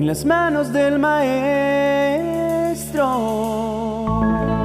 en las manos del Maestro.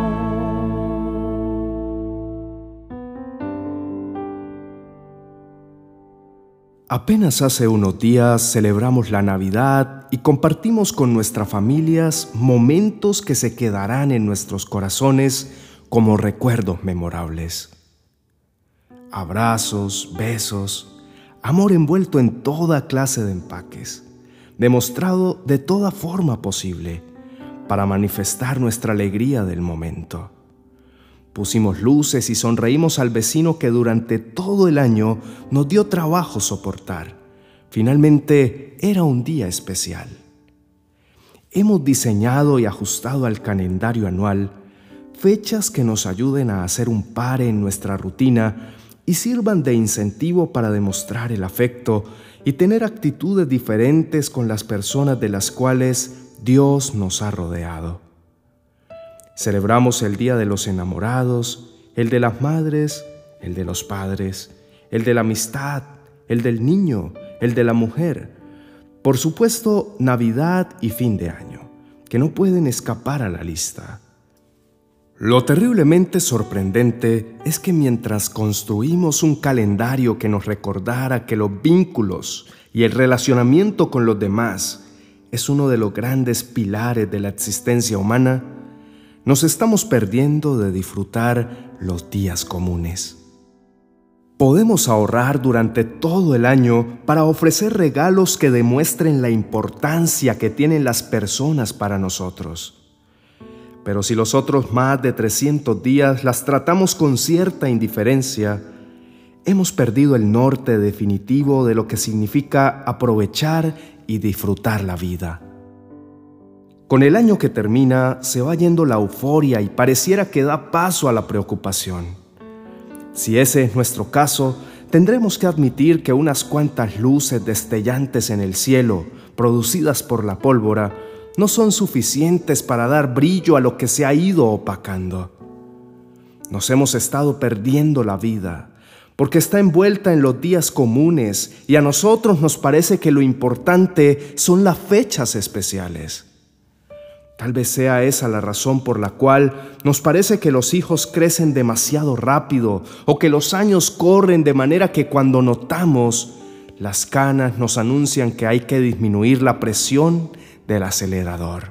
Apenas hace unos días celebramos la Navidad y compartimos con nuestras familias momentos que se quedarán en nuestros corazones como recuerdos memorables. Abrazos, besos, amor envuelto en toda clase de empaques, demostrado de toda forma posible para manifestar nuestra alegría del momento. Pusimos luces y sonreímos al vecino que durante todo el año nos dio trabajo soportar. Finalmente era un día especial. Hemos diseñado y ajustado al calendario anual fechas que nos ayuden a hacer un pare en nuestra rutina y sirvan de incentivo para demostrar el afecto y tener actitudes diferentes con las personas de las cuales Dios nos ha rodeado. Celebramos el Día de los Enamorados, el de las madres, el de los padres, el de la amistad, el del niño, el de la mujer. Por supuesto, Navidad y fin de año, que no pueden escapar a la lista. Lo terriblemente sorprendente es que mientras construimos un calendario que nos recordara que los vínculos y el relacionamiento con los demás es uno de los grandes pilares de la existencia humana, nos estamos perdiendo de disfrutar los días comunes. Podemos ahorrar durante todo el año para ofrecer regalos que demuestren la importancia que tienen las personas para nosotros. Pero si los otros más de 300 días las tratamos con cierta indiferencia, hemos perdido el norte definitivo de lo que significa aprovechar y disfrutar la vida. Con el año que termina, se va yendo la euforia y pareciera que da paso a la preocupación. Si ese es nuestro caso, tendremos que admitir que unas cuantas luces destellantes en el cielo, producidas por la pólvora, no son suficientes para dar brillo a lo que se ha ido opacando. Nos hemos estado perdiendo la vida, porque está envuelta en los días comunes y a nosotros nos parece que lo importante son las fechas especiales. Tal vez sea esa la razón por la cual nos parece que los hijos crecen demasiado rápido o que los años corren de manera que cuando notamos, las canas nos anuncian que hay que disminuir la presión del acelerador.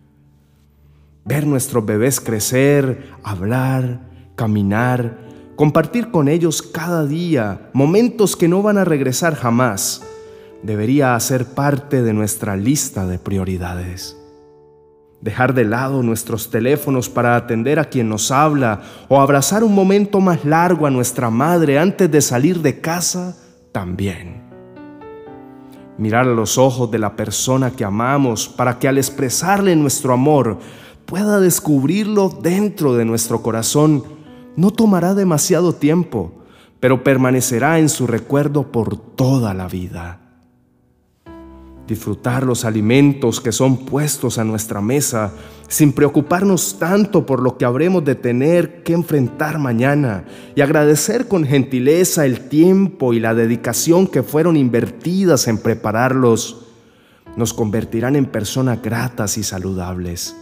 Ver nuestros bebés crecer, hablar, caminar, compartir con ellos cada día momentos que no van a regresar jamás, debería hacer parte de nuestra lista de prioridades. Dejar de lado nuestros teléfonos para atender a quien nos habla o abrazar un momento más largo a nuestra madre antes de salir de casa, también. Mirar a los ojos de la persona que amamos para que al expresarle nuestro amor pueda descubrirlo dentro de nuestro corazón no tomará demasiado tiempo, pero permanecerá en su recuerdo por toda la vida. Disfrutar los alimentos que son puestos a nuestra mesa sin preocuparnos tanto por lo que habremos de tener que enfrentar mañana y agradecer con gentileza el tiempo y la dedicación que fueron invertidas en prepararlos, nos convertirán en personas gratas y saludables.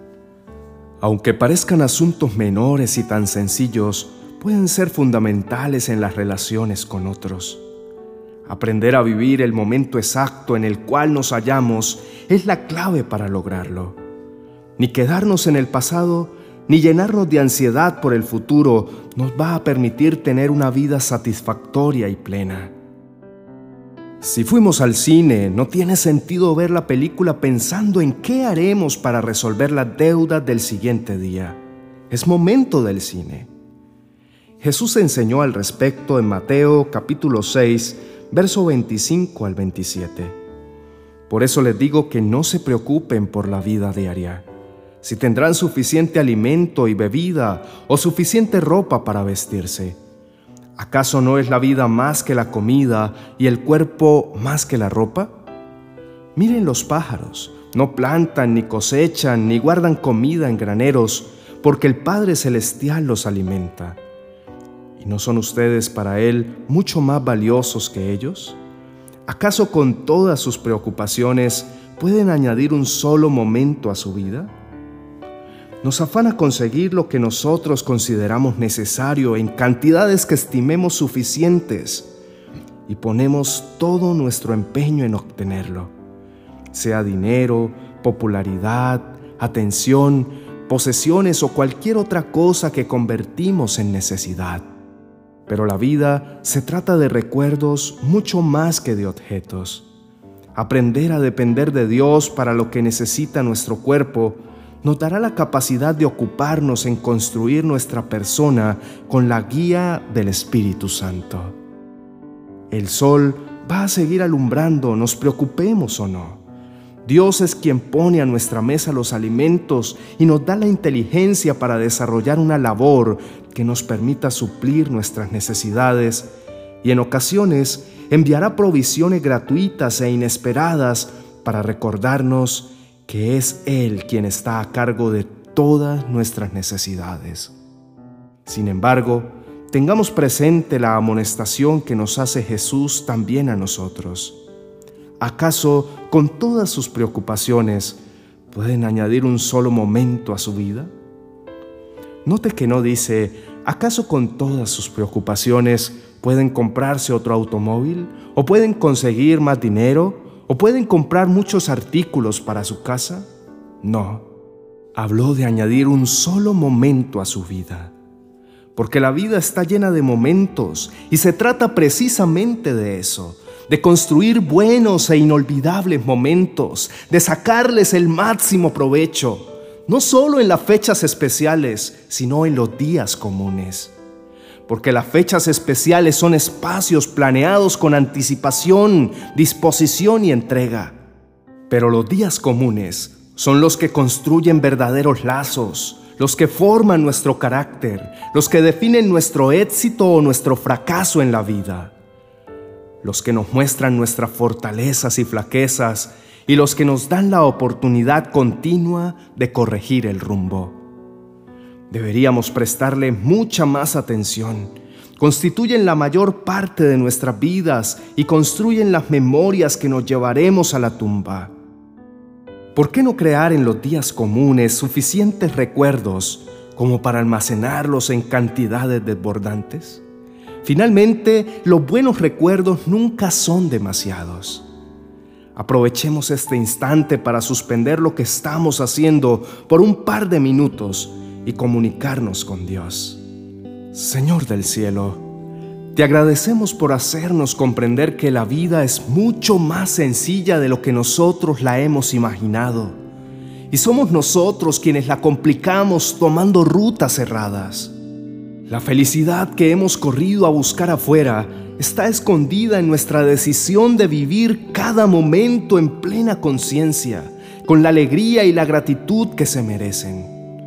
Aunque parezcan asuntos menores y tan sencillos, pueden ser fundamentales en las relaciones con otros. Aprender a vivir el momento exacto en el cual nos hallamos es la clave para lograrlo. Ni quedarnos en el pasado, ni llenarnos de ansiedad por el futuro nos va a permitir tener una vida satisfactoria y plena. Si fuimos al cine, no tiene sentido ver la película pensando en qué haremos para resolver las deudas del siguiente día. Es momento del cine. Jesús enseñó al respecto en Mateo capítulo 6, verso 25 al 27. Por eso les digo que no se preocupen por la vida diaria, si tendrán suficiente alimento y bebida o suficiente ropa para vestirse. ¿Acaso no es la vida más que la comida y el cuerpo más que la ropa? Miren los pájaros, no plantan, ni cosechan, ni guardan comida en graneros, porque el Padre Celestial los alimenta. ¿Y no son ustedes para Él mucho más valiosos que ellos? ¿Acaso con todas sus preocupaciones pueden añadir un solo momento a su vida? Nos afana conseguir lo que nosotros consideramos necesario en cantidades que estimemos suficientes y ponemos todo nuestro empeño en obtenerlo, sea dinero, popularidad, atención, posesiones o cualquier otra cosa que convertimos en necesidad. Pero la vida se trata de recuerdos mucho más que de objetos. Aprender a depender de Dios para lo que necesita nuestro cuerpo nos dará la capacidad de ocuparnos en construir nuestra persona con la guía del Espíritu Santo. El sol va a seguir alumbrando, nos preocupemos o no. Dios es quien pone a nuestra mesa los alimentos y nos da la inteligencia para desarrollar una labor que nos permita suplir nuestras necesidades y en ocasiones enviará provisiones gratuitas e inesperadas para recordarnos que es Él quien está a cargo de todas nuestras necesidades. Sin embargo, tengamos presente la amonestación que nos hace Jesús también a nosotros. ¿Acaso con todas sus preocupaciones pueden añadir un solo momento a su vida? Note que no dice, ¿acaso con todas sus preocupaciones pueden comprarse otro automóvil? ¿O pueden conseguir más dinero? ¿O pueden comprar muchos artículos para su casa? No, habló de añadir un solo momento a su vida. Porque la vida está llena de momentos y se trata precisamente de eso, de construir buenos e inolvidables momentos, de sacarles el máximo provecho, no solo en las fechas especiales, sino en los días comunes. Porque las fechas especiales son espacios planeados con anticipación, disposición y entrega. Pero los días comunes son los que construyen verdaderos lazos, los que forman nuestro carácter, los que definen nuestro éxito o nuestro fracaso en la vida, los que nos muestran nuestras fortalezas y flaquezas y los que nos dan la oportunidad continua de corregir el rumbo. Deberíamos prestarle mucha más atención. Constituyen la mayor parte de nuestras vidas y construyen las memorias que nos llevaremos a la tumba. ¿Por qué no crear en los días comunes suficientes recuerdos como para almacenarlos en cantidades desbordantes? Finalmente, los buenos recuerdos nunca son demasiados. Aprovechemos este instante para suspender lo que estamos haciendo por un par de minutos y comunicarnos con Dios. Señor del cielo, te agradecemos por hacernos comprender que la vida es mucho más sencilla de lo que nosotros la hemos imaginado, y somos nosotros quienes la complicamos tomando rutas erradas. La felicidad que hemos corrido a buscar afuera está escondida en nuestra decisión de vivir cada momento en plena conciencia, con la alegría y la gratitud que se merecen.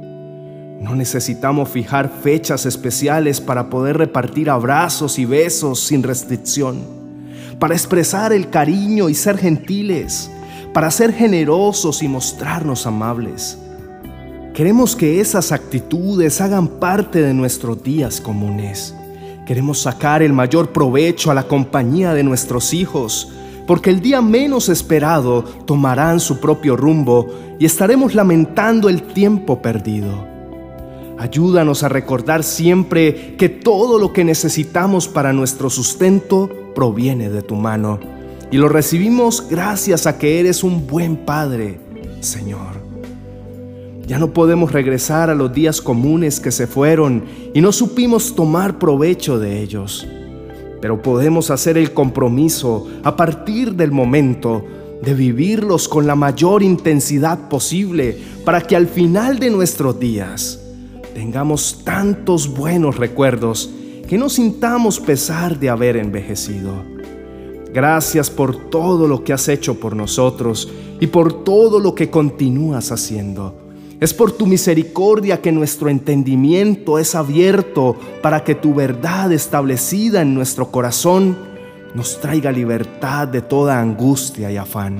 No necesitamos fijar fechas especiales para poder repartir abrazos y besos sin restricción, para expresar el cariño y ser gentiles, para ser generosos y mostrarnos amables. Queremos que esas actitudes hagan parte de nuestros días comunes. Queremos sacar el mayor provecho a la compañía de nuestros hijos, porque el día menos esperado tomarán su propio rumbo y estaremos lamentando el tiempo perdido. Ayúdanos a recordar siempre que todo lo que necesitamos para nuestro sustento proviene de tu mano y lo recibimos gracias a que eres un buen Padre, Señor. Ya no podemos regresar a los días comunes que se fueron y no supimos tomar provecho de ellos, pero podemos hacer el compromiso a partir del momento de vivirlos con la mayor intensidad posible para que al final de nuestros días tengamos tantos buenos recuerdos que no sintamos pesar de haber envejecido. Gracias por todo lo que has hecho por nosotros y por todo lo que continúas haciendo. Es por tu misericordia que nuestro entendimiento es abierto para que tu verdad establecida en nuestro corazón nos traiga libertad de toda angustia y afán.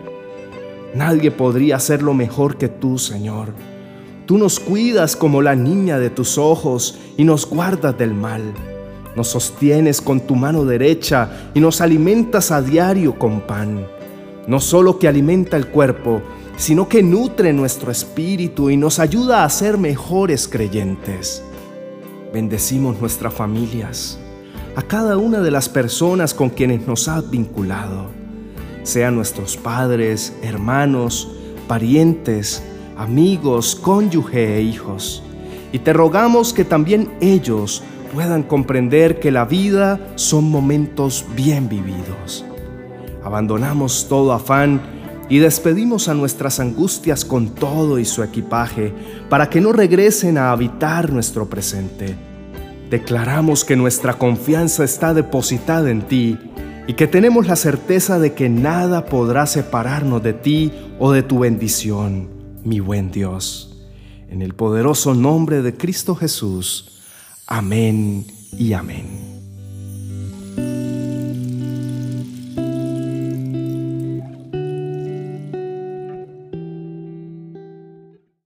Nadie podría hacerlo mejor que tú, Señor. Tú nos cuidas como la niña de tus ojos y nos guardas del mal. Nos sostienes con tu mano derecha y nos alimentas a diario con pan. no solo que alimenta el cuerpo, sino que nutre nuestro espíritu y nos ayuda a ser mejores creyentes. Bendecimos nuestras familias, a cada una de las personas con quienes nos has vinculado, sean nuestros padres, hermanos, parientes, amigos, cónyuge e hijos. Y te rogamos que también ellos puedan comprender que la vida son momentos bien vividos. Abandonamos todo afán y despedimos a nuestras angustias con todo y su equipaje para que no regresen a habitar nuestro presente. Declaramos que nuestra confianza está depositada en ti y que tenemos la certeza de que nada podrá separarnos de ti o de tu bendición, mi buen Dios. En el poderoso nombre de Cristo Jesús. Amén y amén.